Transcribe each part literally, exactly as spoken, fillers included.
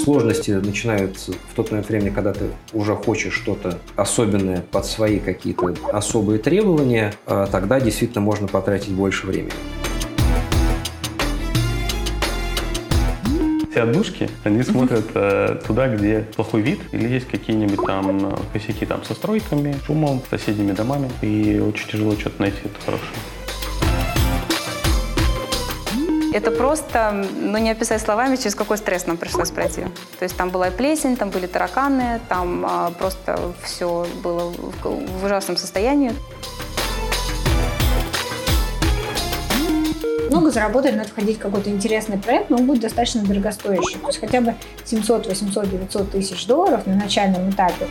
Сложности начинаются в тот момент времени, когда ты уже хочешь что-то особенное под свои какие-то особые требования, тогда действительно можно потратить больше времени. Все отдушки, они смотрят э, туда, где плохой вид, или есть какие-нибудь там косяки там со стройками, шумом, соседними домами, и очень тяжело что-то найти это хорошее. Это просто, ну, не описать словами, через какой стресс нам пришлось пройти. То есть там была плесень, там были тараканы, там а, просто все было в, в ужасном состоянии. Много заработать, надо входить в какой-то интересный проект, но он будет достаточно дорогостоящий. То есть хотя бы семьсот, восемьсот, девятьсот тысяч долларов на начальном этапе.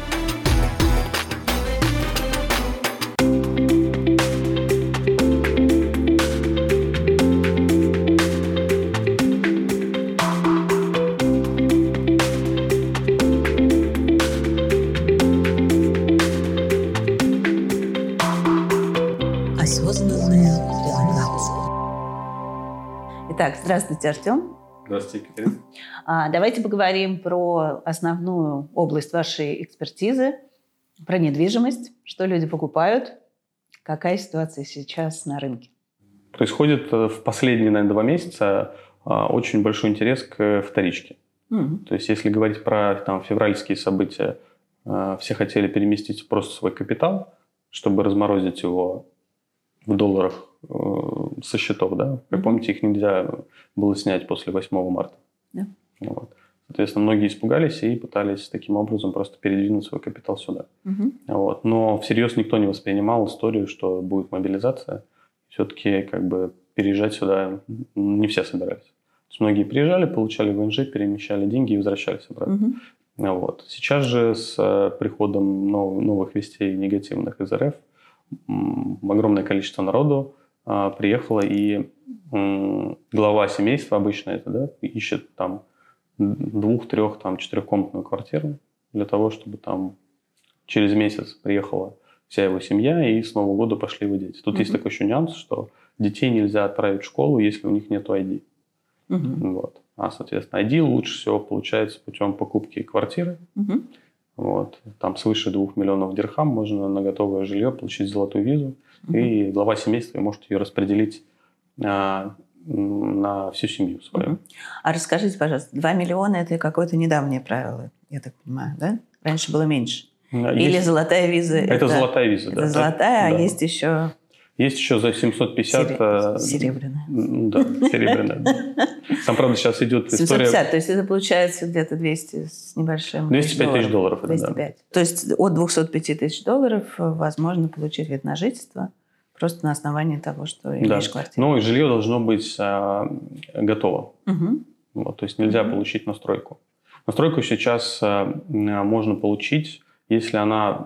Итак, здравствуйте, Артем. Здравствуйте, Екатерина. А, давайте поговорим про основную область вашей экспертизы, про недвижимость, что люди покупают, какая ситуация сейчас на рынке. Происходит в последние, наверное, два месяца очень большой интерес к вторичке. Mm-hmm. То есть, если говорить про там, февральские события, все хотели переместить просто свой капитал, чтобы разморозить его в долларах со счетов, да? Как mm-hmm. помните, их нельзя было снять после восьмого марта. Yeah. Вот. Соответственно, многие испугались и пытались таким образом просто передвинуть свой капитал сюда. Mm-hmm. Вот. Но всерьез никто не воспринимал историю, что будет мобилизация. Все-таки как бы переезжать сюда не все собирались. То есть многие приезжали, получали ВНЖ, перемещали деньги и возвращались обратно. Mm-hmm. Вот. Сейчас же с приходом нов- новых вестей негативных из РФ огромное количество народу а, приехало, и м, глава семейства обычно это, да, ищет там двух, трех, там, четырехкомнатную квартиру для того, чтобы там через месяц приехала вся его семья, и с Нового года пошли его дети. Тут mm-hmm. есть такой еще нюанс, что детей нельзя отправить в школу, если у них нет ай ди. Mm-hmm. Вот. А, соответственно, ай ди лучше всего получается путем покупки квартиры. Mm-hmm. Вот. Там свыше двух миллионов дирхам можно на готовое жилье получить золотую визу, mm-hmm. и глава семейства может ее распределить а, на всю семью свою. Mm-hmm. А расскажите, пожалуйста, два миллиона – это какое-то недавнее правило, я так понимаю, да? Раньше было меньше. Есть... Или золотая виза? Это, это золотая виза, это да. золотая, да. а есть еще… Есть еще за семьсот пятьдесят… Серебряная. Да, серебряная. Там, правда, сейчас идет история… семьсот пятьдесят, то есть это получается где-то двести с небольшим… двести пять тысяч долларов. двести пять. Да. То есть от двухсот пяти тысяч долларов возможно получить вид на жительство просто на основании того, что имеешь да. квартиру. Ну и жилье должно быть а, готово. Угу. Вот, то есть нельзя угу. получить настройку. Настройку сейчас а, можно получить, если она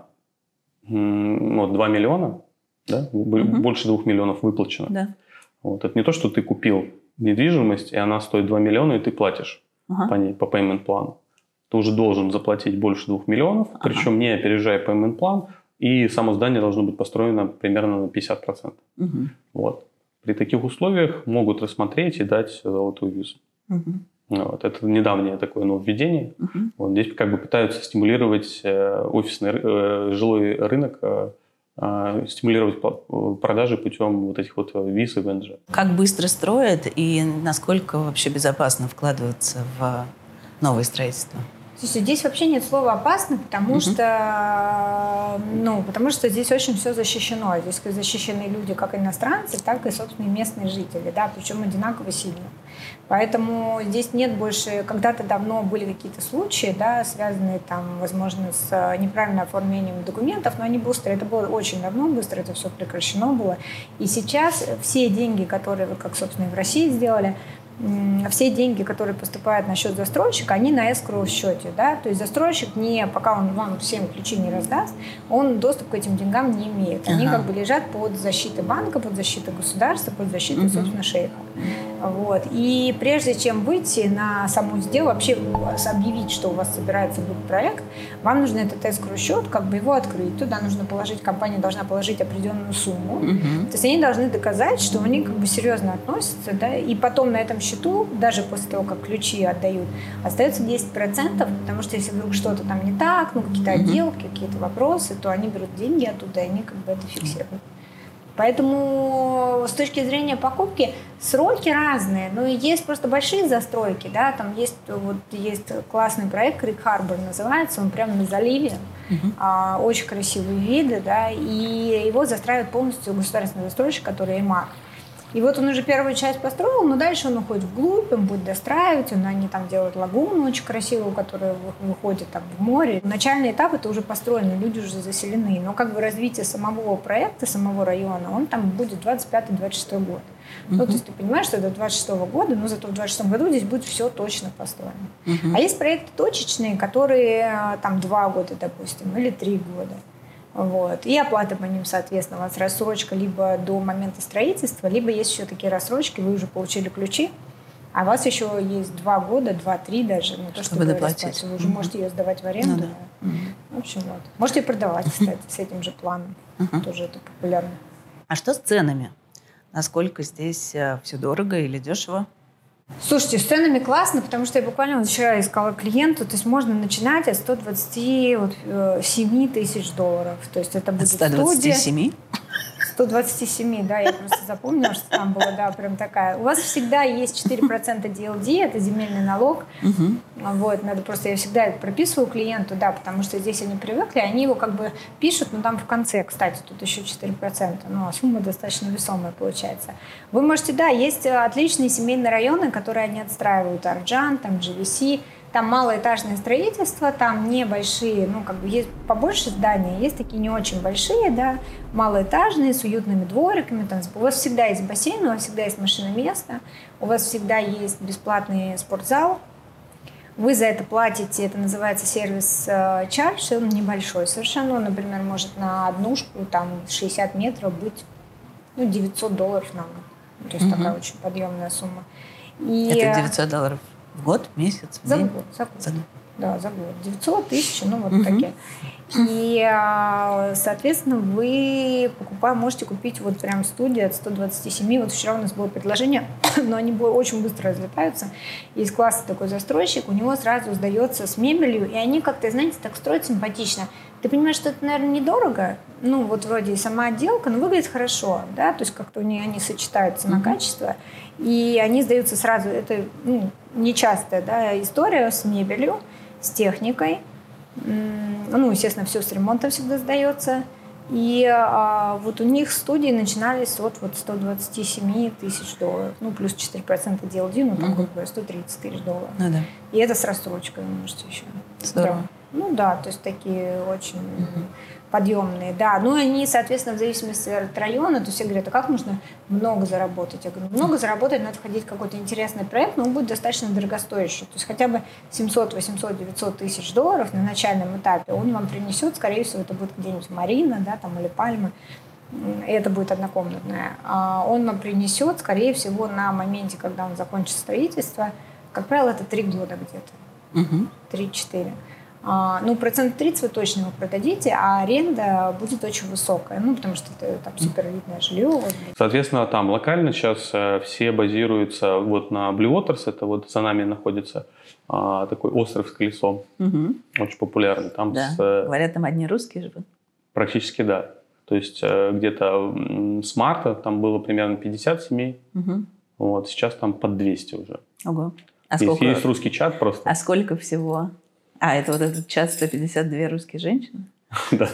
ну, два миллиона, да? угу. больше двух миллионов выплачено. Да. Вот. Это не то, что ты купил недвижимость, и она стоит два миллиона, и ты платишь ага. по ней, по payment плану. Ты уже должен заплатить больше двух миллионов, ага. причем не опережая payment план, и само здание должно быть построено примерно на пятьдесят процентов. Угу. Вот. При таких условиях могут рассмотреть и дать золотую визу. Угу. Вот. Это недавнее такое нововведение. Угу. Вот. Здесь как бы пытаются стимулировать э, офисный э, жилой рынок, э, стимулировать продажи путем вот этих вот виз и ВНЖ. Как быстро строят и насколько вообще безопасно вкладываться в новое строительство? Слушайте, здесь вообще нет слова «опасно», потому, угу. что, ну, потому что здесь очень все защищено. Здесь защищены люди как иностранцы, так и, собственно, местные жители, да, причем одинаково сильно. Поэтому здесь нет больше… Когда-то давно были какие-то случаи, да, связанные, там, возможно, с неправильным оформлением документов, но они быстро, это было очень давно, быстро это все прекращено было. И сейчас все деньги, которые, как, собственно, и в России сделали, все деньги, которые поступают на счет застройщика, они на эскроу счете, да, то есть застройщик не, пока он вам всем ключи не раздаст, он доступ к этим деньгам не имеет. Они ага. как бы лежат под защитой банка, под защитой государства, под защитой, угу. собственно, шейха. Вот. И прежде чем выйти на саму сделку, вообще объявить, что у вас собирается быть проект, вам нужно этот эскроу-счет, как бы его открыть. Туда нужно положить, компания должна положить определенную сумму. Uh-huh. То есть они должны доказать, что они как бы серьезно относятся, да, и потом на этом счету, даже после того, как ключи отдают, остается десять процентов, потому что если вдруг что-то там не так, ну, какие-то uh-huh. отделки, какие-то вопросы, то они берут деньги оттуда, и они как бы это фиксируют. Поэтому с точки зрения покупки сроки разные, но есть просто большие застройки, да, там есть вот есть классный проект, Крик Харбор называется, он прямо на заливе, uh-huh. а, очень красивые виды, да, и его застраивает полностью государственный застройщик, который Эмак. И вот он уже первую часть построил, но дальше он уходит вглубь, он будет достраивать, он, они там делают лагуну очень красивую, которая выходит там в море. Начальный этап это уже построено, люди уже заселены, но как бы развитие самого проекта, самого района, он там будет двадцать пятый — двадцать шестой год. Uh-huh. Ну, то есть ты понимаешь, что до двадцать шестого года, но зато в двадцать шестом году здесь будет все точно построено. Uh-huh. А есть проекты точечные, которые там два года, допустим, или три года. Вот. И оплата по ним, соответственно, у вас рассрочка либо до момента строительства, либо есть еще такие рассрочки, вы уже получили ключи, а у вас еще есть два года, два-три даже, не то, что вы доплатить. Вы уже mm-hmm. можете ее сдавать в аренду. Ну, да. mm-hmm. В общем, вот. Можете продавать, кстати, с этим же планом. Mm-hmm. Тоже это популярно. А что с ценами? Насколько здесь все дорого или дешево? Слушайте, с ценами классно, потому что я буквально вот вчера искала клиента, то есть можно начинать от сто двадцать семь тысяч долларов. То есть это будет от сто двадцать семь? сто двадцать семь, да, я просто запомнила, что там была, да, прям такая. У вас всегда есть четыре процента ди эл ди, это земельный налог. Угу. Вот, надо просто, я всегда это прописываю клиенту, да, потому что здесь они привыкли, они его как бы пишут, но там в конце, кстати, тут еще четыре процента, ну, а сумма достаточно весомая получается. Вы можете, да, есть отличные семейные районы, которые они отстраивают, Арджан, там, джи ви си, там малоэтажное строительство, там небольшие, ну, как бы есть побольше здания, есть такие не очень большие, да, малоэтажные, с уютными двориками, там, у вас всегда есть бассейн, у вас всегда есть машиноместо, у вас всегда есть бесплатный спортзал, вы за это платите, это называется сервис чардж, он небольшой совершенно, он, например, может на однушку, там, шестьдесят метров быть, ну, девятьсот долларов на год, то есть угу. такая очень подъемная сумма. И... Это девятьсот долларов в год, месяц, в за день? год, за год. За год. Да, за год. девятьсот тысяч, ну вот uh-huh. такие. И, соответственно, вы покупаете, можете купить вот прям студии от сто двадцать семь. Вот вчера у нас было предложение, но они очень быстро разлетаются. Есть классный такой застройщик, у него сразу сдается с мебелью, и они как-то, знаете, так строят симпатично. Ты понимаешь, что это, наверное, недорого, ну вот вроде и сама отделка, но выглядит хорошо, да, то есть как-то у них они сочетают цена-качество, и они сдаются сразу. Это, ну, нечастая, да, история с мебелью, с техникой. Ну, естественно, все с ремонтом всегда сдается. И а, вот у них студии начинались от вот сто двадцать семь тысяч долларов. Ну, плюс четыре процента ди эл ди, ну, там, грубо говоря, сто тридцать тысяч долларов. Ну, да. И это с рассрочкой вы можете еще. Здорово. Да. Ну, да, то есть такие очень uh-huh. подъемные, да. Ну, они, соответственно, в зависимости от района, то все говорят, а как нужно много заработать? Я говорю, много заработать, надо входить в какой-то интересный проект, но он будет достаточно дорогостоящий. То есть хотя бы семьсот, восемьсот, девятьсот тысяч долларов на начальном этапе он вам принесет, скорее всего, это будет где-нибудь Марина, да, там, или Пальма, и это будет однокомнатная. А он вам принесет, скорее всего, на моменте, когда он закончит строительство, как правило, это три года где-то, угу. три-четыре. А, ну, процент тридцать вы точно его продадите, а аренда будет очень высокая, ну, потому что это там суперэлитное жилье. Вот. Соответственно, там локально сейчас э, все базируются вот на Blue Waters, это вот за нами находится э, такой остров с колесом, угу. очень популярный. Там да. с, э, Говорят, там одни русские живут? Практически да. То есть э, где-то э, с марта там было примерно пятьдесят семей, угу. вот, сейчас там под двести уже. Ого. А есть, сколько... есть русский чат просто. А сколько всего? А, это вот этот чат сто пятьдесят две русские женщины? Да.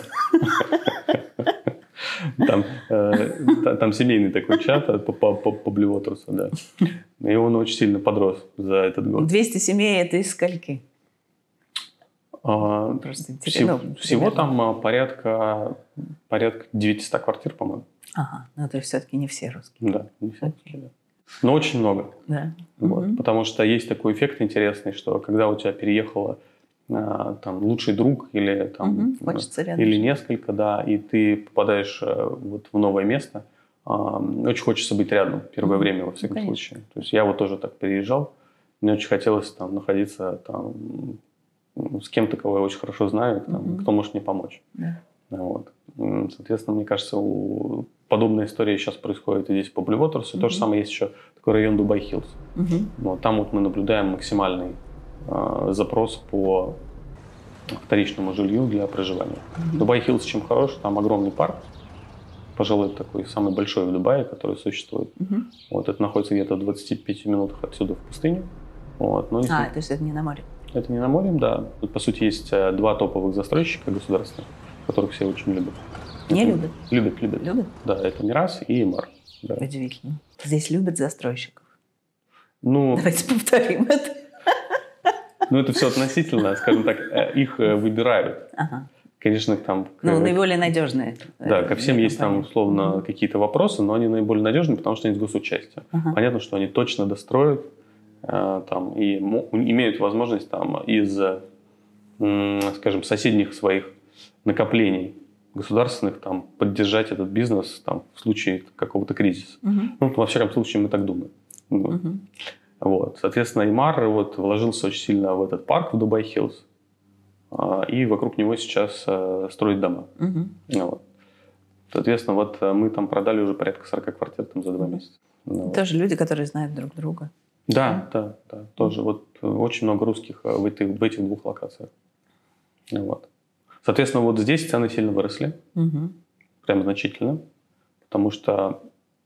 Там, э, там семейный такой чат по, по, по, по Blue Waters, да. И он очень сильно подрос за этот год. двести семей – это из скольки? А, Просто интересно. Всего, всего там порядка, порядка девятьсот квартир, по-моему. Ага, ну то есть все-таки не все русские. Да, не все русские, да. Но очень много. Да. Вот, угу. Потому что есть такой эффект интересный, что когда у тебя переехала там лучший друг или там угу, или несколько, да, и ты попадаешь вот в новое место, очень хочется быть рядом первое время, во всяком Конечно. случае. То есть я вот тоже так переезжал, мне очень хотелось там находиться там, с кем-то, кого я очень хорошо знаю, там, mm-hmm. кто может мне помочь. Yeah. Вот. Соответственно, мне кажется, у... подобная история сейчас происходит и здесь по Blue Waters. Mm-hmm. То же самое есть еще такой район Дубай-Хиллз. Mm-hmm. Вот, там вот мы наблюдаем максимальный э, запрос по вторичному жилью для проживания. Mm-hmm. Дубай-Хиллз чем хорош? Там огромный парк. Пожалуй, такой самый большой в Дубае, который существует. Mm-hmm. Вот, это находится где-то в двадцати пяти минутах отсюда в пустыне. Вот, но если... А, то есть это не на море? Это не на море, да. Тут, по сути, есть два топовых застройщика государственных, которых все очень любят. Не это... любят? Любят, любят. Любят? Да, это Мирас и Эмар. Да. Удивительно. Здесь любят застройщиков. Ну, давайте повторим это. Ну, это все относительно, скажем так, их выбирают. Ага. Конечно, там... Ну, наиболее надежные. Да, ко всем есть там, условно, uh-huh. какие-то вопросы, но они наиболее надежные, потому что они с госучастием. Uh-huh. Понятно, что они точно достроят э, там, и мо- имеют возможность там, из, э, скажем, соседних своих накоплений государственных там, поддержать этот бизнес там, в случае какого-то кризиса. Uh-huh. Ну, во всяком случае, мы так думаем. Uh-huh. Вот. Соответственно, Эмар вот, вложился очень сильно в этот парк в Дубай-Хиллз. И вокруг него сейчас э, строят дома. Uh-huh. Вот. Соответственно, вот мы там продали уже порядка сорок квартир там, за два месяца. Ну, тоже вот. Люди, которые знают друг друга. Да, да, да, да. Тоже вот очень много русских в этих, в этих двух локациях. Вот. Соответственно, вот здесь цены сильно выросли. Uh-huh. Прям значительно. Потому что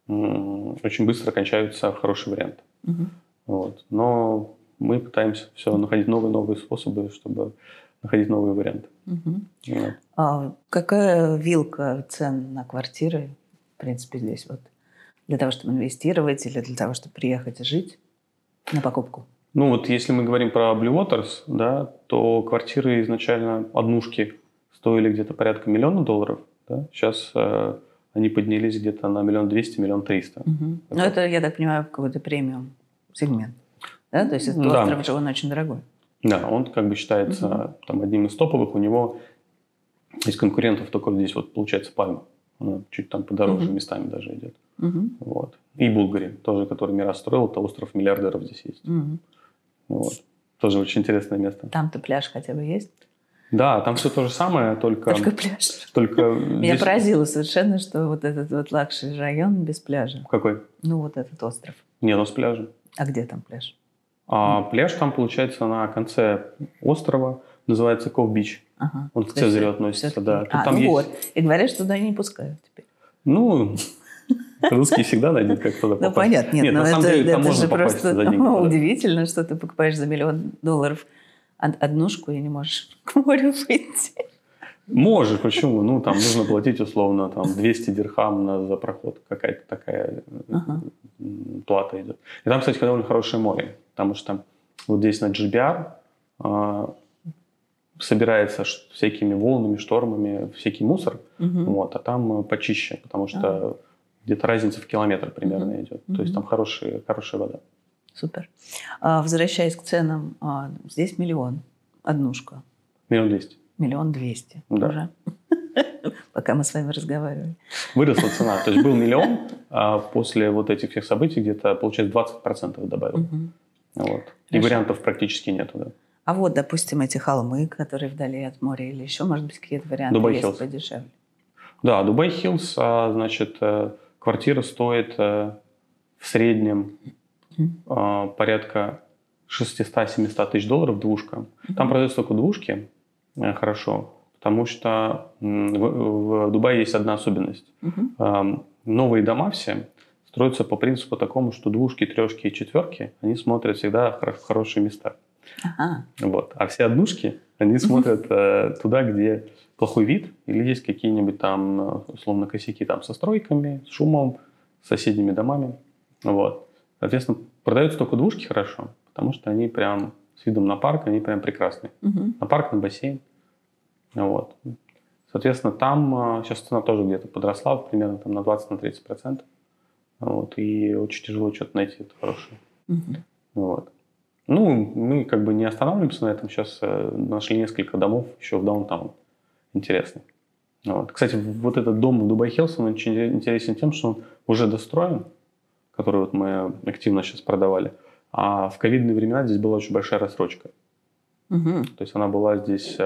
м- очень быстро кончаются хорошие варианты. Uh-huh. Вот. Но мы пытаемся все находить новые-новые способы, чтобы находить новые варианты. Угу. Да. А какая вилка цен на квартиры, в принципе, здесь вот для того, чтобы инвестировать или для того, чтобы приехать и жить на покупку? Ну вот если мы говорим про Blue Waters, да, то квартиры изначально однушки стоили где-то порядка миллиона долларов. Да? Сейчас э, они поднялись где-то на миллион двести, миллион триста. Угу. Ну это, я так понимаю, какой-то премиум сегмент. Да? То есть этот да. остров же он очень дорогой. Да, он как бы считается uh-huh. там, одним из топовых. У него из конкурентов только здесь вот получается Пальма. Она чуть там подороже uh-huh. местами даже идет. Uh-huh. Вот. И Булгари, тоже, который Мирас строил, это остров миллиардеров здесь есть. Uh-huh. Вот. Тоже очень интересное место. Там-то пляж хотя бы есть? Да, там все то же самое, только... Только пляж. Только Меня здесь... поразило совершенно, что вот этот вот лакшери район без пляжа. Какой? Ну вот этот остров. Не, ну с пляжем. А где там пляж? А пляж там, получается, на конце острова, называется Ков-Бич. Ага. Он к Цезарю относится, да. А, там ну есть... вот. И говорят, что туда не пускают теперь. Ну, русские всегда найдут, как туда попасть. Ну, понятно. Нет, нет, но на самом это, деле, там это можно же попасть просто за деньги. Удивительно, что ты покупаешь за миллион долларов однушку и не можешь к морю выйти. Можешь, почему? Ну, там нужно платить условно там, двести дирхам на, за проход. Какая-то такая ага. плата идет. И там, кстати, довольно хорошее море. Потому что вот здесь на джи би ар э, собирается всякими волнами, штормами всякий мусор. Угу. Вот, а там почище, потому что ага. где-то разница в километр примерно угу. идет. Угу. То есть там хорошая, хорошая вода. Супер. А, возвращаясь к ценам, а, здесь миллион однушка. Миллион двести. Миллион двести да. уже. Пока мы с вами разговаривали. Выросла цена. То есть был миллион, а после вот этих всех событий где-то, получается, двадцать процентов добавил. Угу. Вот. И вариантов практически нету. Да. А вот, допустим, эти холмы, которые вдали от моря, или еще, может быть, какие-то варианты Дубай есть Хиллз. подешевле? Да, Дубай-Хиллз, значит, квартира стоит в среднем mm. порядка шестьсот-семьсот тысяч долларов двушка. Mm-hmm. Там продаются только двушки, хорошо, потому что в, в Дубае есть одна особенность. Mm-hmm. Новые дома все строятся по принципу такому, что двушки, трешки и четверки, они смотрят всегда в хорошие места. Ага. Вот. А все однушки, они смотрят э, туда, где плохой вид, или есть какие-нибудь там, условно, косяки там со стройками, с шумом, с соседними домами. Вот. Соответственно, продаются только двушки хорошо, потому что они прям с видом на парк, они прям прекрасные. Угу. На парк, на бассейн. Вот. Соответственно, там сейчас цена тоже где-то подросла примерно там, на двадцать-тридцать процентов. Вот. И очень тяжело что-то найти это хорошее. Угу. Вот. Ну, мы как бы не останавливаемся на этом. Сейчас э, нашли несколько домов еще в даунтаун. Интересно. Вот. Кстати, вот этот дом в Дубай Хиллз, он очень интересен тем, что он уже достроен, который вот мы активно сейчас продавали. А в ковидные времена здесь была очень большая рассрочка. Угу. То есть она была здесь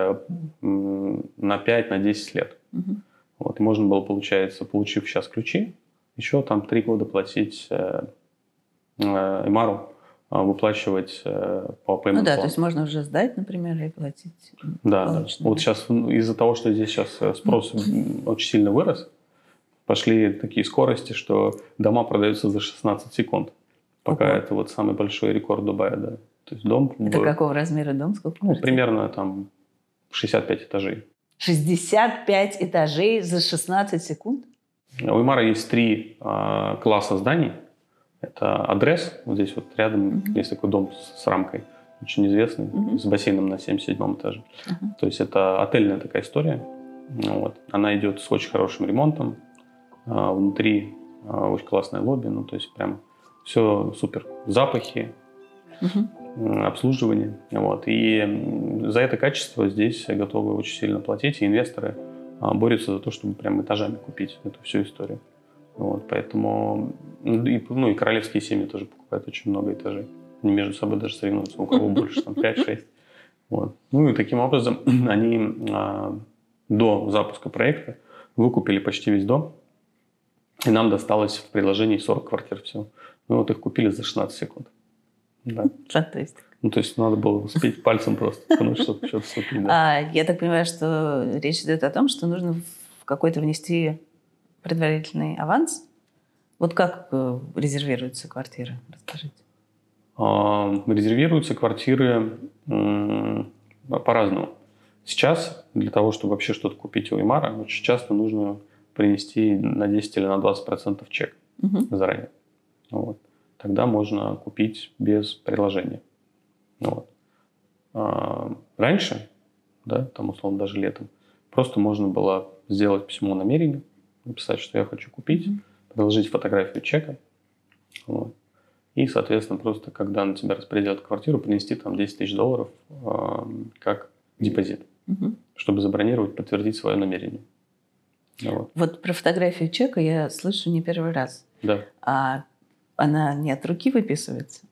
на пять-десять лет. Угу. Вот. И можно было, получается, получив сейчас ключи, еще там три года платить э, э, Эмару, э, выплачивать э, по payment Ну да, plan. то есть можно уже сдать, например, и платить. Да, да. Вот сейчас из-за того, что здесь сейчас спрос очень сильно вырос, пошли такие скорости, что дома продаются за шестнадцать секунд. Пока Ого. это вот самый большой рекорд Дубая, да. То есть дом... Это в- какого размера дом? Сколько ну, квартир? примерно там шестьдесят пять этажей. шестьдесят пять этажей за шестнадцать секунд? У Эмара есть три а, класса зданий. Это адрес. Вот здесь вот рядом Мгм. есть такой дом с, с рамкой, очень известный, Мгм. с бассейном на семьдесят седьмом этаже. Ага. То есть это отельная такая история. Ну, вот. Она идет с очень хорошим ремонтом. А, внутри а, очень классное лобби. Ну, то есть прям все супер. Запахи, Мгм. м, обслуживание. Вот. И м, за это качество здесь готовы очень сильно платить. И инвесторы а, борются за то, чтобы прям этажами купить эту всю историю. Вот. Поэтому ну, и, ну, и королевские семьи тоже покупают очень много этажей. Они между собой даже соревнуются, у кого больше, там пять-шесть. Вот. Ну и таким образом они а, до запуска проекта выкупили почти весь дом. И нам досталось в предложении сорок квартир всего. Мы вот их купили за шестнадцать секунд. Да. Фантастика. Ну, то есть надо было успеть пальцем просто ткнуть, чтобы что-то вступить. Да. А, я так понимаю, что речь идет о том, что нужно в какой-то внести предварительный аванс. Вот как э, резервируются квартиры? Расскажите. А, резервируются квартиры м, по-разному. Сейчас для того, чтобы вообще что-то купить у Эмара, очень часто нужно принести на десять или на двадцать процентов чек Мгм. заранее. Вот. Тогда можно купить без приложения. Вот. А, раньше, да, там условно даже летом, просто можно было сделать письмо намерения, написать, что я хочу купить, Мгм. приложить фотографию чека. Вот. И, соответственно, просто когда на тебя распределят квартиру, принести там десять тысяч долларов а, как депозит, Мгм. чтобы забронировать, подтвердить свое намерение. Вот. Вот про фотографию чека я слышу не первый раз. Да. А она не от руки выписывается?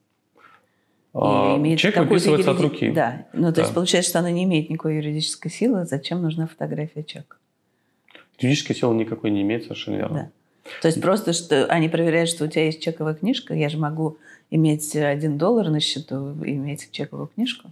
А, Или имеет чек какую-то выписывается от юриди- руки. Да. Ну, то Да. есть получается, что она не имеет никакой юридической силы. Зачем нужна фотография чека? Юридической силы никакой не имеет, совершенно верно. Да. То есть просто, что они проверяют, что у тебя есть чековая книжка. Я же могу иметь один доллар на счету и иметь чековую книжку.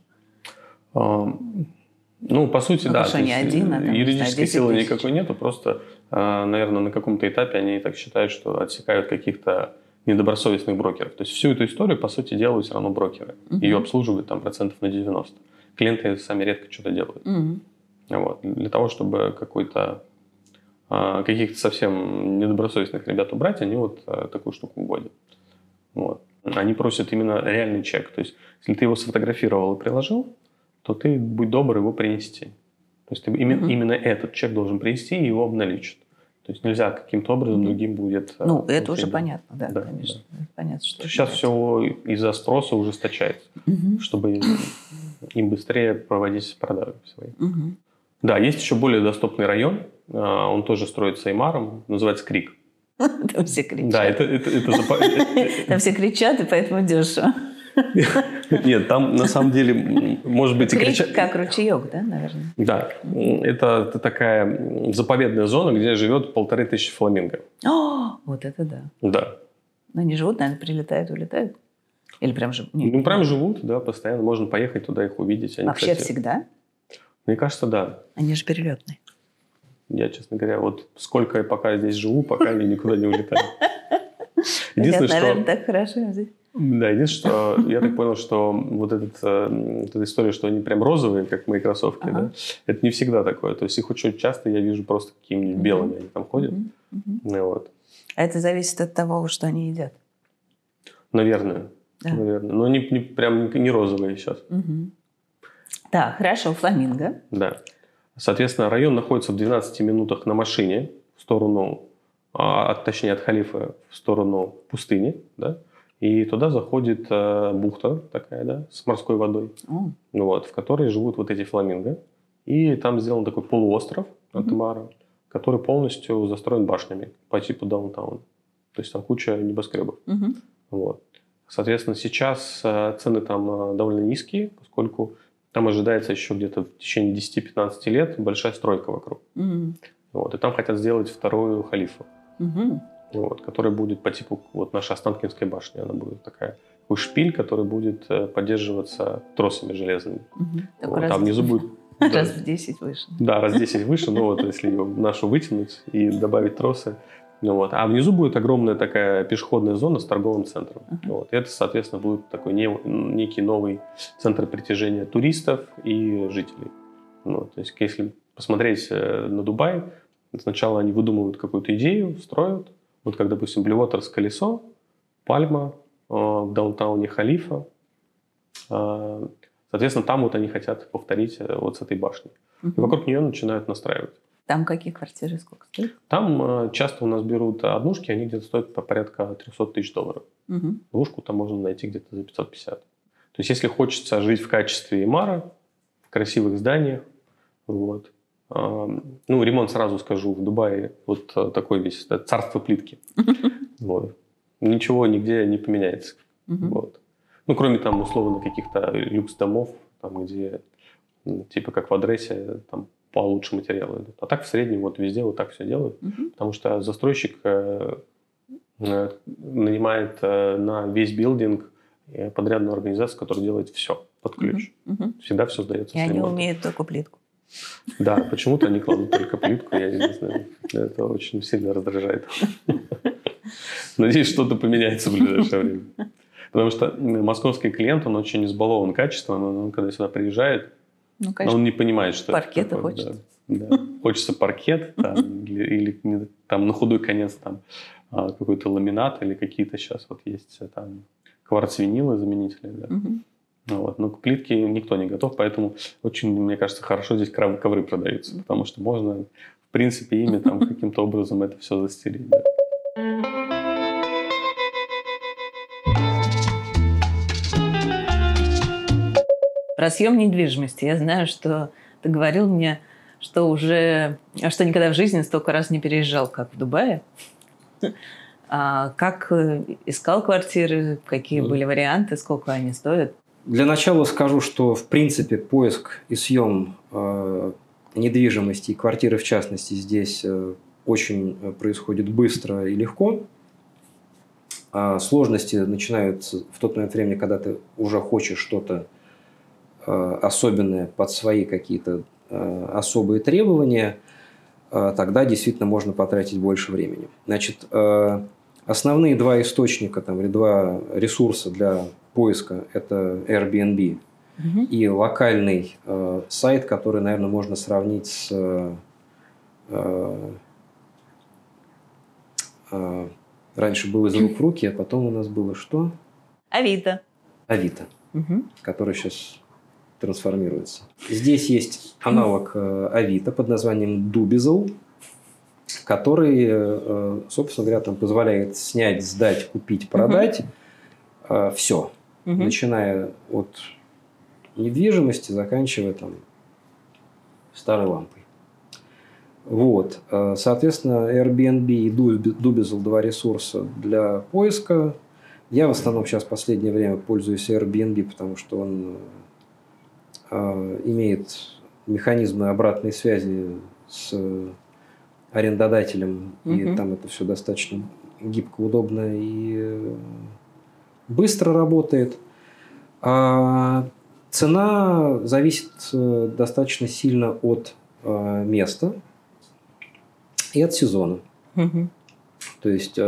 А, Ну, по сути, Ну, да. хорошо, то не есть один, а там, не юридической знаю, десять силы тысяч. никакой нету, просто, а, наверное, на каком-то этапе они так считают, что отсекают каких-то недобросовестных брокеров. То есть всю эту историю, по сути, делают все равно брокеры. Мгм. Ее обслуживают там процентов на девяносто. Клиенты сами редко что-то делают. Мгм. Вот. Для того, чтобы какой-то а, каких-то совсем недобросовестных ребят убрать, они вот а, такую штуку вводят. Вот. Они просят именно реальный чек. То есть, если ты его сфотографировал и приложил, то ты будь добр его принести. То есть ты именно, Мгм. именно этот чек должен принести, и его обналичат. То есть нельзя каким-то образом Мгм. другим будет... а, Ну, это получить уже деньги. понятно, да, Да, конечно. Понятно, что Сейчас это все из-за спроса ужесточается, Мгм. чтобы им быстрее проводить продажи свои. Мгм. Да, есть еще более доступный район. а, Он тоже строится Эмаром, называется Крик. Там все кричат. Да, это... это, это запа- э, Там все кричат, и поэтому дешево. э, Нет, там на самом деле, м, может быть, и Крик крича- как ручеек, да, наверное? Да, это т- такая заповедная зона, где живет полторы тысячи фламинго. О, вот это да. Да. Но они живут, наверное, прилетают, улетают? Или прям живут? Нет, Ну, не прям знаю. живут, да, постоянно. Можно поехать туда, их увидеть. Они, Вообще кстати, всегда? Мне кажется, да. Они же перелетные. Я, честно говоря, вот сколько я пока здесь живу, пока они никуда не улетают. Единственное, Нет, наверное, что... так хорошо здесь. Да, единственное, что я так понял, что вот этот, э, вот эта история, что они прям розовые, как мои кроссовки, Ага. да, это не всегда такое. То есть их очень часто я вижу просто какими-нибудь Мгм. белыми они там ходят. Мгм, мгм. Ну, вот. А это зависит от того, что они едят. Наверное. Да. Наверное. Но не, не- прям не розовые сейчас. Мгм. Так, хорошо, фламинго. Да. Соответственно, район находится в двенадцати минутах на машине в сторону, а, от- точнее от Халифа в сторону пустыни, да, и туда заходит э, бухта такая, да, с морской водой, О, вот, в которой живут вот эти фламинго, и там сделан такой полуостров от Мгм. Эмара, который полностью застроен башнями по типу даунтауна. То есть там куча небоскребов. Угу. Вот. Соответственно, сейчас цены там довольно низкие, поскольку там ожидается еще где-то в течение десяти-пятнадцати лет большая стройка вокруг. Угу. Вот. И там хотят сделать вторую халифу, Угу. вот, которая будет по типу вот нашей Останкинской башни. Она будет такая, такой шпиль, который будет поддерживаться тросами железными. Угу. Вот. А внизу будет... Раз в десять выше. Да, раз в десять выше, но вот если ее нашу вытянуть и добавить тросы. Ну, вот. А внизу будет огромная такая пешеходная зона с торговым центром. Uh-huh. Вот. И это, соответственно, будет такой не, некий новый центр притяжения туристов и жителей. Вот. То есть, если посмотреть на Дубай, сначала они выдумывают какую-то идею, строят. Вот как, допустим, Блюотерс колесо, Пальма, э, в даунтауне Халифа. Э, соответственно, там вот они хотят повторить э, вот с этой башней. Uh-huh. И вокруг нее начинают настраивать. Там какие квартиры, сколько стоят? Там э, часто у нас берут однушки, они где-то стоят по порядка триста тысяч долларов. Угу. Двушку там можно найти где-то за пятьсот пятьдесят. То есть, если хочется жить в качестве Эмара, в красивых зданиях, вот. Э, ну, ремонт, сразу скажу, в Дубае вот такой весь, это царство плитки. Вот. Ничего нигде не поменяется. Вот. Ну, кроме там, условно, каких-то люкс-домов, там, где, ну, типа как в Адресе, там, получше материалы идут. А так в среднем вот везде вот так все делают. Uh-huh. Потому что застройщик э, э, нанимает э, на весь билдинг э, подрядную организацию, которая делает все под ключ. Uh-huh. Uh-huh. Всегда все сдается И с они ремонтом. умеют только плитку. Да, почему-то они кладут только плитку, я не знаю. Это очень сильно раздражает. Надеюсь, что-то поменяется в ближайшее время. Потому что московский клиент, он очень избалован качеством, он когда сюда приезжает, Ну, но он не понимает, что паркета это такое. хочется. Да, да. Хочется паркет, там, или, или там, на худой конец там, какой-то ламинат, или какие-то сейчас вот есть там кварц-винилы заменители. Да. Угу. Вот. Но к плитке никто не готов, поэтому очень, мне кажется, хорошо здесь ковры продаются, потому что можно, в принципе, ими там каким-то образом это все застелить. Да. Про съем недвижимости. Я знаю, что ты говорил мне, что уже, что никогда в жизни столько раз не переезжал, как в Дубае. А как искал квартиры, какие были варианты, сколько они стоят? Для начала скажу, что в принципе поиск и съем э, недвижимости и квартиры в частности здесь э, очень происходит быстро и легко. А сложности начинаются в тот момент времени, когда ты уже хочешь что-то особенные под свои какие-то э, особые требования, э, тогда действительно можно потратить больше времени. Значит, э, основные два источника, там, или два ресурса для поиска – это Airbnb угу. и локальный э, сайт, который, наверное, можно сравнить с… Э, э, раньше было «Из рук в руки», а потом у нас было что? Авито. Авито, угу. который сейчас… трансформируется. Здесь есть аналог э, Авито под названием Dubizzle, который, э, собственно говоря, там позволяет снять, сдать, купить, продать э, все, uh-huh. начиная от недвижимости, заканчивая там старой лампой. Вот. Соответственно, Airbnb и Dubizzle – два ресурса для поиска. Я в основном сейчас в последнее время пользуюсь Airbnb, потому что он имеет механизмы обратной связи с арендодателем, mm-hmm. и там это все достаточно гибко, удобно и быстро работает. А цена зависит достаточно сильно от места и от сезона. Mm-hmm. То есть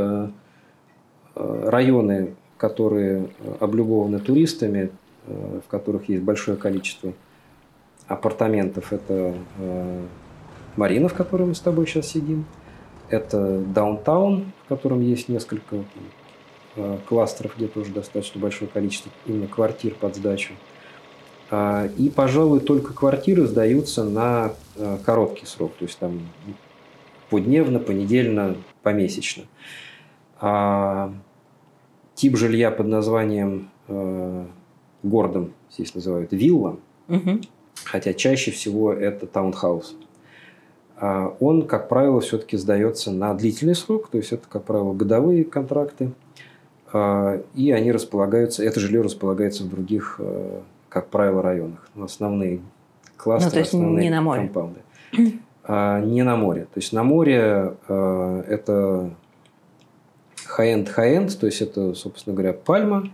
районы, которые облюбованы туристами, в которых есть большое количество апартаментов, это э, Марина, в которой мы с тобой сейчас сидим, это даунтаун, в котором есть несколько э, кластеров, где тоже достаточно большое количество именно квартир под сдачу. Э, и, пожалуй, только квартиры сдаются на э, короткий срок, то есть там подневно, понедельно, помесячно. А тип жилья под названием э, городом здесь называют вилла, угу. хотя чаще всего это таунхаус. он, как правило, все-таки сдается на длительный срок, то есть это, как правило, годовые контракты, и они располагаются, это жилье располагается в других, как правило, районах, основные кластеры, ну, то есть основные не на море. компаунды. Не на море. То есть на море это high-end, high-end, то есть это, собственно говоря, Пальма,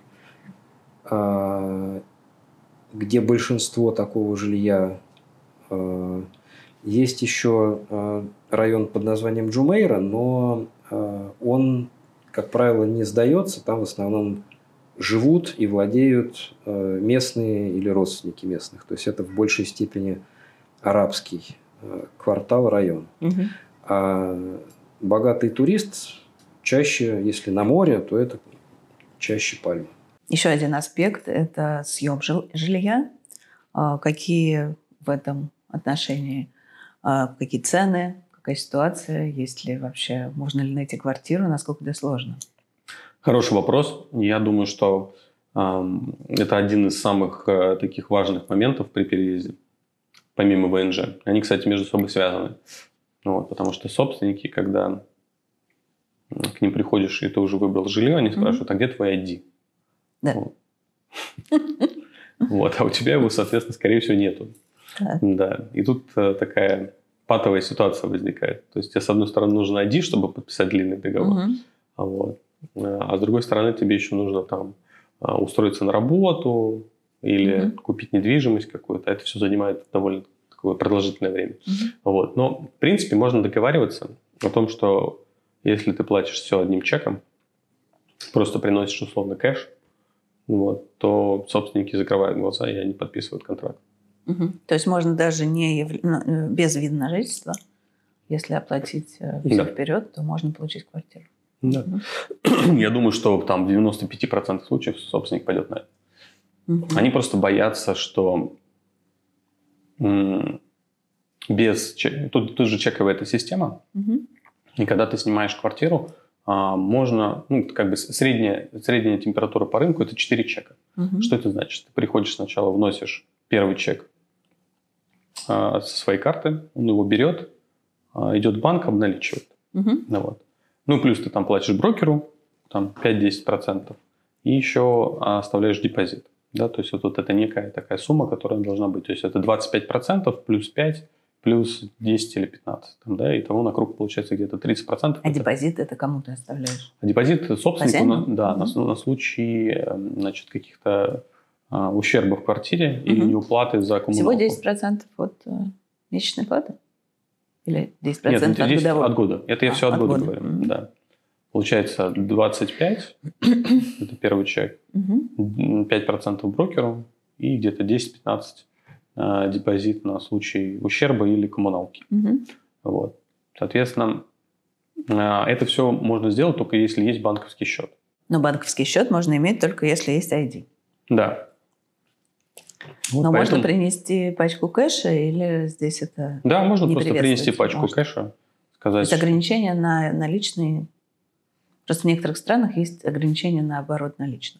где большинство такого жилья. Есть еще район под названием Джумейра, но он, как правило, не сдается. Там в основном живут и владеют местные или родственники местных. То есть это в большей степени арабский квартал, район. Угу. А богатый турист чаще, если на море, то это чаще Пальма. Еще один аспект – это съем жилья. Какие в этом отношении, какие цены, какая ситуация, есть ли вообще, можно ли найти квартиру, насколько это сложно? Хороший вопрос. Я думаю, что э, это один из самых э, таких важных моментов при переезде, помимо вэ эн жэ. Они, кстати, между собой связаны. Вот, потому что собственники, когда к ним приходишь, и ты уже выбрал жилье, они спрашивают, а где твой ай ди? Да. Вот. Вот, а у тебя его, соответственно, скорее всего, нету. Да. Да. И тут э, такая патовая ситуация возникает. То есть тебе, с одной стороны, нужен ай ди, чтобы подписать длинный договор. Угу. Вот. А с другой стороны, тебе еще нужно там устроиться на работу или угу. купить недвижимость какую-то. Это все занимает довольно такое продолжительное время. Угу. Вот. Но, в принципе, можно договариваться о том, что если ты платишь все одним чеком, просто приносишь условно кэш, вот, то собственники закрывают глаза, и они подписывают контракт. Угу. То есть можно даже не яв... без вида на жительство, если оплатить все да. вперед, то можно получить квартиру. Да. Угу. Я думаю, что там в девяноста пяти процентах случаев собственник пойдет на это. Угу. Они просто боятся, что м- без чек... тут, тут же чековая эта система, угу. и когда ты снимаешь квартиру, а, можно, ну, как бы средняя, средняя температура по рынку – это четыре чека. Угу. Что это значит? Ты приходишь сначала, вносишь первый чек а, со своей карты, он его берет, а, идет в банк, обналичивает. Угу. Ну, вот. Ну, плюс ты там платишь брокеру там, пять-десять процентов и еще оставляешь депозит. Да? То есть вот, вот это некая такая сумма, которая должна быть. То есть это двадцать пять процентов плюс пять плюс десять или пятнадцать. Там, да, и того на круг получается где-то тридцать процентов. А это... депозит это кому ты оставляешь? А депозит собственнику на, да, угу. на, на случай значит, каких-то а, ущербов в квартире угу. или неуплаты за коммуналку. Всего десять процентов от э, месячной платы? Или десять процентов Нет, от годового? От года. Это я а, все от, от года, года говорю. Mm-hmm. Да. Получается двадцать пять, это первый чек, mm-hmm. пять процентов брокеру и где-то десять-пятнадцать э, депозит на случай ущерба или коммуналки. Mm-hmm. Вот. Соответственно, э, это все можно сделать только если есть банковский счет. Но банковский счет можно иметь только если есть ай ди. Да. Вот Но поэтому... можно принести пачку кэша или здесь это Да, можно не просто принести пачку можно. кэша. Сказать, То есть ограничения на наличные... Просто в некоторых странах есть ограничения на оборот наличных.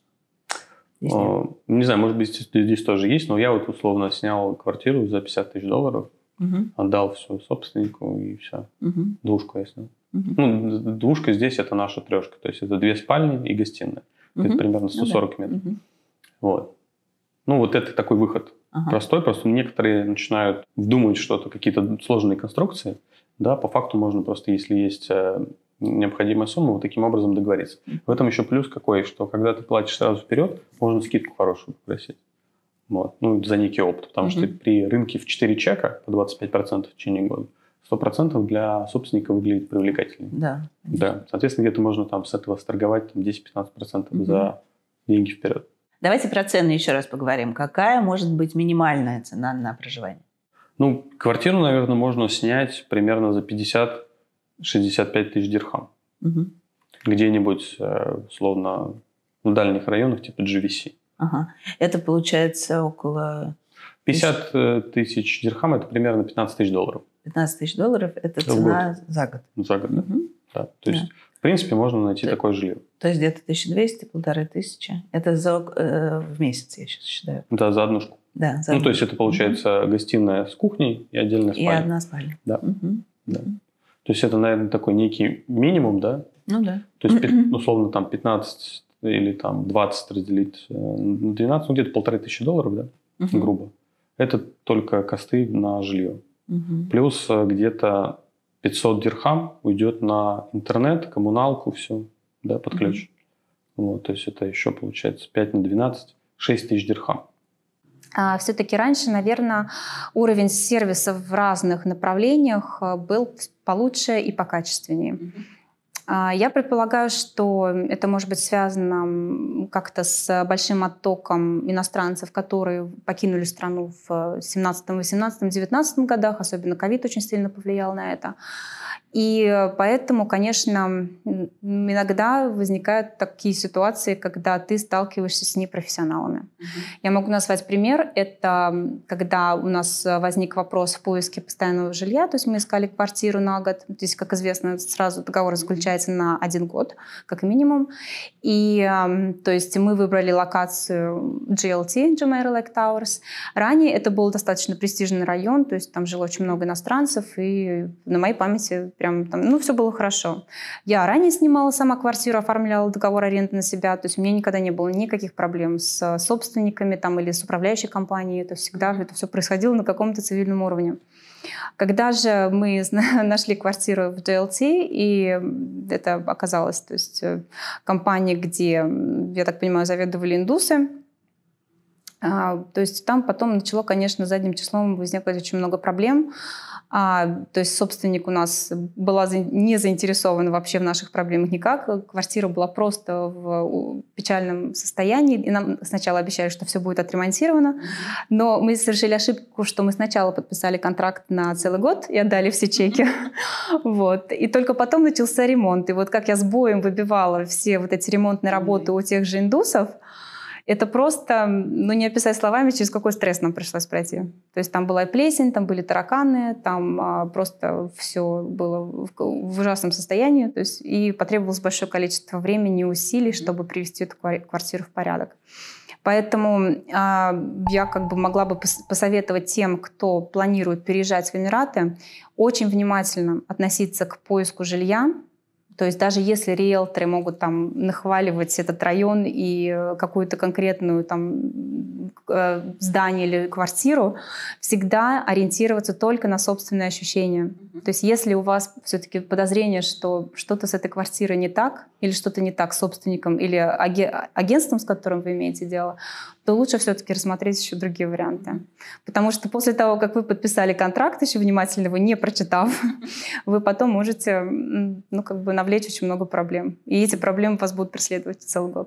О, не знаю, может быть, здесь, здесь тоже есть, но я вот условно снял квартиру за пятьдесят тысяч долларов, угу. отдал все собственнику и все. Угу. Двушку я снял. Угу. Ну, двушка здесь это наша трешка. То есть это две спальни и гостиная. Угу. Это примерно сто сорок ну, да. метров. Угу. Вот. Ну, вот это такой выход. Ага. Простой, просто некоторые начинают вдумывать что-то, какие-то сложные конструкции. Да, по факту можно просто, если есть необходимая сумма, вот таким образом договориться. Mm-hmm. В этом еще плюс какой, что когда ты платишь сразу вперед, можно скидку хорошую попросить. Вот. Ну, за некий опыт. Потому mm-hmm. что при рынке в четыре чека по двадцать пять процентов в течение года, сто процентов для собственника выглядит привлекательнее. Да. Да. Соответственно, где-то можно там с этого сторговать там, десять-пятнадцать процентов mm-hmm. за деньги вперед. Давайте про цены еще раз поговорим. Какая может быть минимальная цена на проживание? Ну, квартиру, наверное, можно снять примерно за пятьдесят-шестьдесят пять тысяч дирхам. Угу. Где-нибудь, условно, в дальних районах, типа джи ви си. Ага. Это получается около... пятьдесят тысяч дирхам – это примерно пятнадцать тысяч долларов. пятнадцать тысяч долларов – это цена за год? За год, да. Угу. да. То есть, да. в принципе, можно найти то, такое жилье. То есть где-то тысяча двести - полторы тысячи. Это за, э, в месяц, я сейчас считаю. Да, за однушку. Да, за ну, одну. то есть это получается угу. гостиная с кухней и отдельная спальня. И одна спальня. Да. Угу. Да. То есть это, наверное, такой некий минимум, да? Ну да. То есть, условно, там пятнадцать или там двадцать разделить на двенадцать, ну где-то полторы тысячи долларов, да, uh-huh. грубо. Это только косты на жилье. Uh-huh. Плюс где-то пятьсот дирхам уйдет на интернет, коммуналку, все, да, под ключ. Uh-huh. Вот, то есть это еще получается пять на двенадцать, шесть тысяч дирхам. А, все-таки раньше, наверное, уровень сервисов в разных направлениях был получше и покачественнее. Uh-huh. Я предполагаю, что это может быть связано как-то с большим оттоком иностранцев, которые покинули страну в семнадцатом, восемнадцатом, девятнадцатом годах, особенно ковид очень сильно повлиял на это. И поэтому, конечно, иногда возникают такие ситуации, когда ты сталкиваешься с непрофессионалами. Mm-hmm. Я могу назвать пример. Это когда у нас возник вопрос в поиске постоянного жилья, то есть мы искали квартиру на год. Здесь, как известно, сразу договор заключается на один год, как минимум. И то есть мы выбрали локацию джи эл ти, Jumeirah Lake Towers. Ранее это был достаточно престижный район, то есть там жило очень много иностранцев, и на моей памяти прям там, ну, все было хорошо. Я ранее снимала сама квартиру, оформляла договор аренды на себя, то есть у меня никогда не было никаких проблем с собственниками там, или с управляющей компанией, то есть всегда это все происходило на каком-то цивильном уровне. Когда же мы нашли квартиру в джи эл ти, и это оказалось, то есть компания, где, я так понимаю, заведовали индусы, то есть там потом начало, конечно, задним числом возникать очень много проблем. А, то есть собственник у нас была не заинтересована вообще в наших проблемах никак. Квартира была просто в печальном состоянии. И нам сначала обещали, что все будет отремонтировано. Но мы совершили ошибку, что мы сначала подписали контракт на целый год и отдали все чеки. Вот. И только потом начался ремонт. И вот как я с боем выбивала все вот эти ремонтные работы у тех же индусов, это просто, ну, не описать словами, через какой стресс нам пришлось пройти. То есть там была и плесень, там были тараканы, там а, просто все было в, в ужасном состоянии. То есть, и потребовалось большое количество времени и усилий, чтобы привести эту квартиру в порядок. Поэтому а, я как бы могла бы посоветовать тем, кто планирует переезжать в Эмираты, очень внимательно относиться к поиску жилья. То есть даже если риэлторы могут там нахваливать этот район и какую-то конкретную там здание или квартиру, всегда ориентироваться только на собственные ощущения. Mm-hmm. То есть если у вас все-таки подозрение, что что-то с этой квартирой не так, или что-то не так с собственником или агентством, с которым вы имеете дело, то лучше все-таки рассмотреть еще другие варианты. Потому что после того, как вы подписали контракт, еще внимательно его не прочитав, вы потом можете, ну, как бы навлечь очень много проблем. И эти проблемы вас будут преследовать целый год.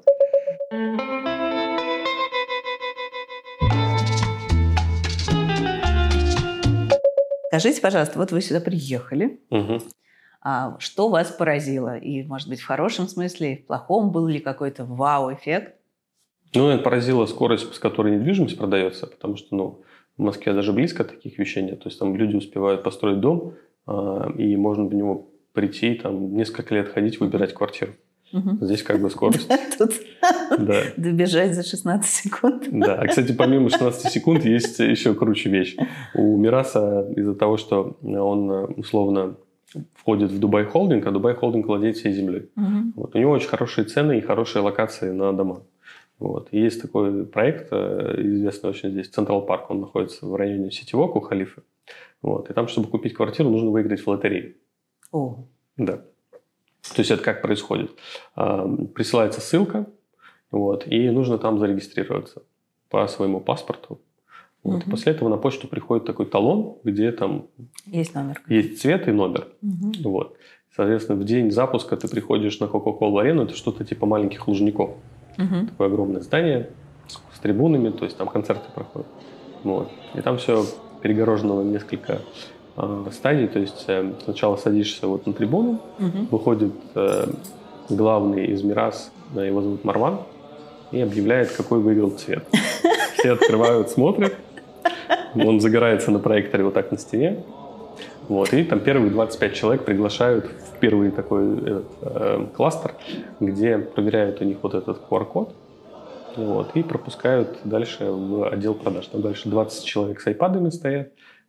Скажите, пожалуйста, вот вы сюда приехали. Угу. А что вас поразило? И, может быть, в хорошем смысле, и в плохом, был ли какой-то вау-эффект? Ну, это поразило скорость, с которой недвижимость продается, потому что, ну, в Москве даже близко таких вещей нет. То есть там люди успевают построить дом, э, и можно в него прийти, там, несколько лет ходить, выбирать квартиру. Угу. Здесь как бы скорость. Тут добежать за шестнадцать секунд. Да, а, кстати, помимо шестнадцати секунд есть еще круче вещь. У Мираса из-за того, что он условно входит в Дубай Холдинг, а Дубай Холдинг владеет всей землей. Угу. Вот, у него очень хорошие цены и хорошие локации на дома. Вот. И есть такой проект, известный очень здесь, Централ Парк, он находится в районе Ситивок у Халифы. Вот. И там, чтобы купить квартиру, нужно выиграть в лотерею. О. Да. То есть это как происходит? Присылается ссылка, вот, и нужно там зарегистрироваться по своему паспорту. Вот. Угу. И после этого на почту приходит такой талон, где там есть номер, есть цвет и номер. Угу. Вот. Соответственно, в день запуска ты приходишь на Coca-Cola арену, это что-то типа маленьких Лужников. Угу. Такое огромное здание с трибунами, то есть там концерты проходят. Вот. И там все перегорожено на несколько э, стадий. То есть э, сначала садишься вот на трибуну, угу. выходит э, главный из Мирас, его зовут Марван, и объявляет, какой выиграл цвет. Все открывают, смотрят. Он загорается на проекторе вот так на стене. Вот. И там первые двадцать пять человек приглашают в первый такой этот, э, кластер, где проверяют у них вот этот ку ар код, вот, и пропускают дальше в отдел продаж. Там дальше двадцать человек с айпадами стоят,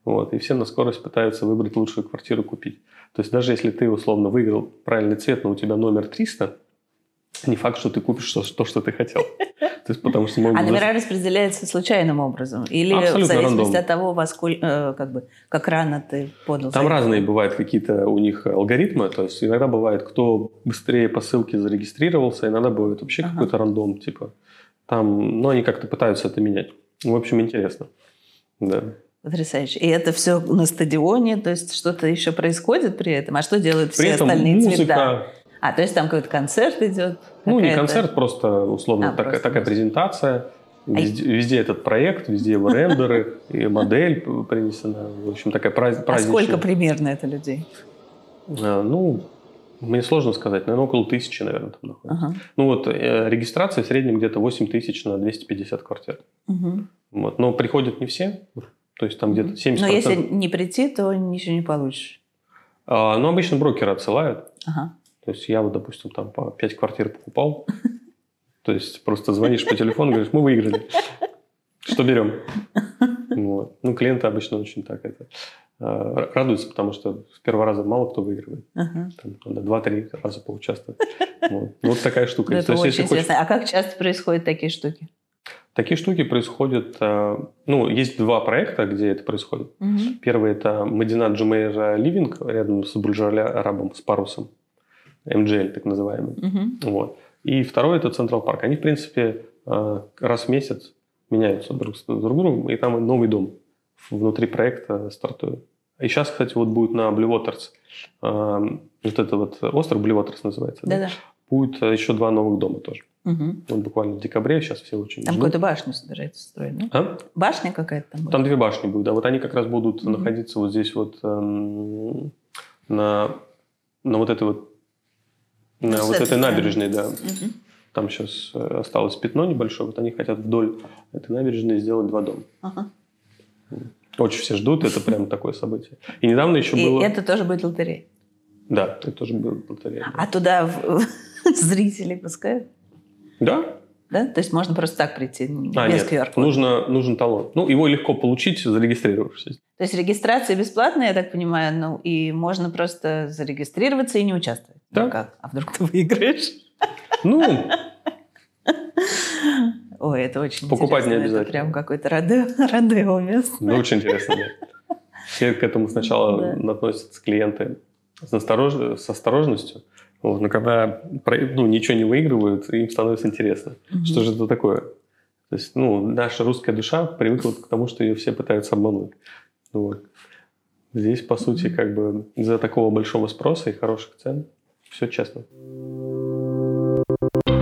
Вот, и все на скорость пытаются выбрать лучшую квартиру купить. То есть даже если ты условно выиграл правильный цвет, но у тебя номер триста, не факт, что ты купишь то, что, что ты хотел. То есть, потому что могут... А номера распределяются случайным образом? Или Абсолютно в зависимости рандомно. от того, во сколь, э, как, бы, как рано ты подал? Там заявку? разные бывают какие-то у них алгоритмы. То есть иногда бывает, кто быстрее по ссылке зарегистрировался, иногда бывает вообще Ага. какой-то рандом. Типа. Там, ну, они как-то пытаются это менять. В общем, интересно. Да. Потрясающе. И это все на стадионе, то есть что-то еще происходит при этом? А что делают все При этом остальные музыка... цвета? А, то есть там какой-то концерт идет? Ну, не какая-то- концерт, просто условно А, так- просто такая музыка. презентация. Везде, везде этот проект, везде его рендеры, и модель принесена. В общем, такая праз- А праздничная. сколько примерно это людей? А, Ну, мне сложно сказать, наверное, около тысячи, наверное, там находится. Ага. Ну вот, э, регистрация в среднем где-то восемь тысяч на двести пятьдесят квартир. Мгм. Вот. Но приходят не все, то есть там где-то семьдесят Но процентов. если не прийти, то ничего не получишь. А, ну, обычно брокеры отсылают. Ага. То есть я вот, допустим, там по пять квартир покупал. То есть просто звонишь по телефону, говоришь, мы выиграли. Что берем? Вот. Ну, клиенты обычно очень так это э, радуются, потому что с первого раза мало кто выигрывает. Ага. Там надо два-три раза поучаствовать. Вот. Вот такая штука. Ну, есть. это То есть, очень если хочешь- интересно. А как часто происходят такие штуки? Такие штуки происходят... э, Ну, есть два проекта, где это происходит. Мгм. Первый – это Медина Джумейра Ливинг, рядом с Бурдж-Аль-Арабом, с парусом. эм джи эл, так называемый. Мгм. Вот. И второй – это Централ Парк. Они, в принципе, э, раз в месяц меняются друг с друг другом, и там и новый дом внутри проекта стартует. И сейчас, кстати, вот будет на Blue Waters, э, вот это вот остров Blue Waters называется, да? Да-да. Будет э, еще два новых дома тоже. Мгм. Вот буквально в декабре, сейчас все очень Там ждут. какую-то башню собирается строить, да? А? Башня какая-то там будет? Там две башни будут, да. Вот они как раз будут Мгм. находиться вот здесь вот эм, на, на вот этой вот на Ну, с вот этой этой стороны. набережной, да. Мгм. Там сейчас э, осталось пятно небольшое, вот они хотят вдоль этой набережной сделать два дома. Ага. Очень все ждут, это прям такое событие. И недавно еще И было... это тоже будет лотерея? Да, это тоже было лотерея. А туда в- зрителей пускают? Да? Да? То есть можно просто так прийти, А, без нет, ку ар кода? нужно, нужен талон. Ну, его легко получить, зарегистрировавшись. То есть регистрация бесплатная, я так понимаю, ну и можно просто зарегистрироваться и не участвовать. Да. Ну как? А вдруг ты выиграешь? Ну, Ой, это очень Покупать не интересно. обязательно. Это прям какой-то родео, родео место. ну, очень интересно, да. Все к этому сначала Да. относятся клиенты с, осторож- с осторожностью. Вот, но когда про- ну, ничего не выигрывают, им становится интересно. Мгм. Что же это такое? То есть, ну, наша русская душа привыкла к тому, что ее все пытаются обмануть. Вот. Здесь, по сути, как бы из-за такого большого спроса и хороших цен все честно.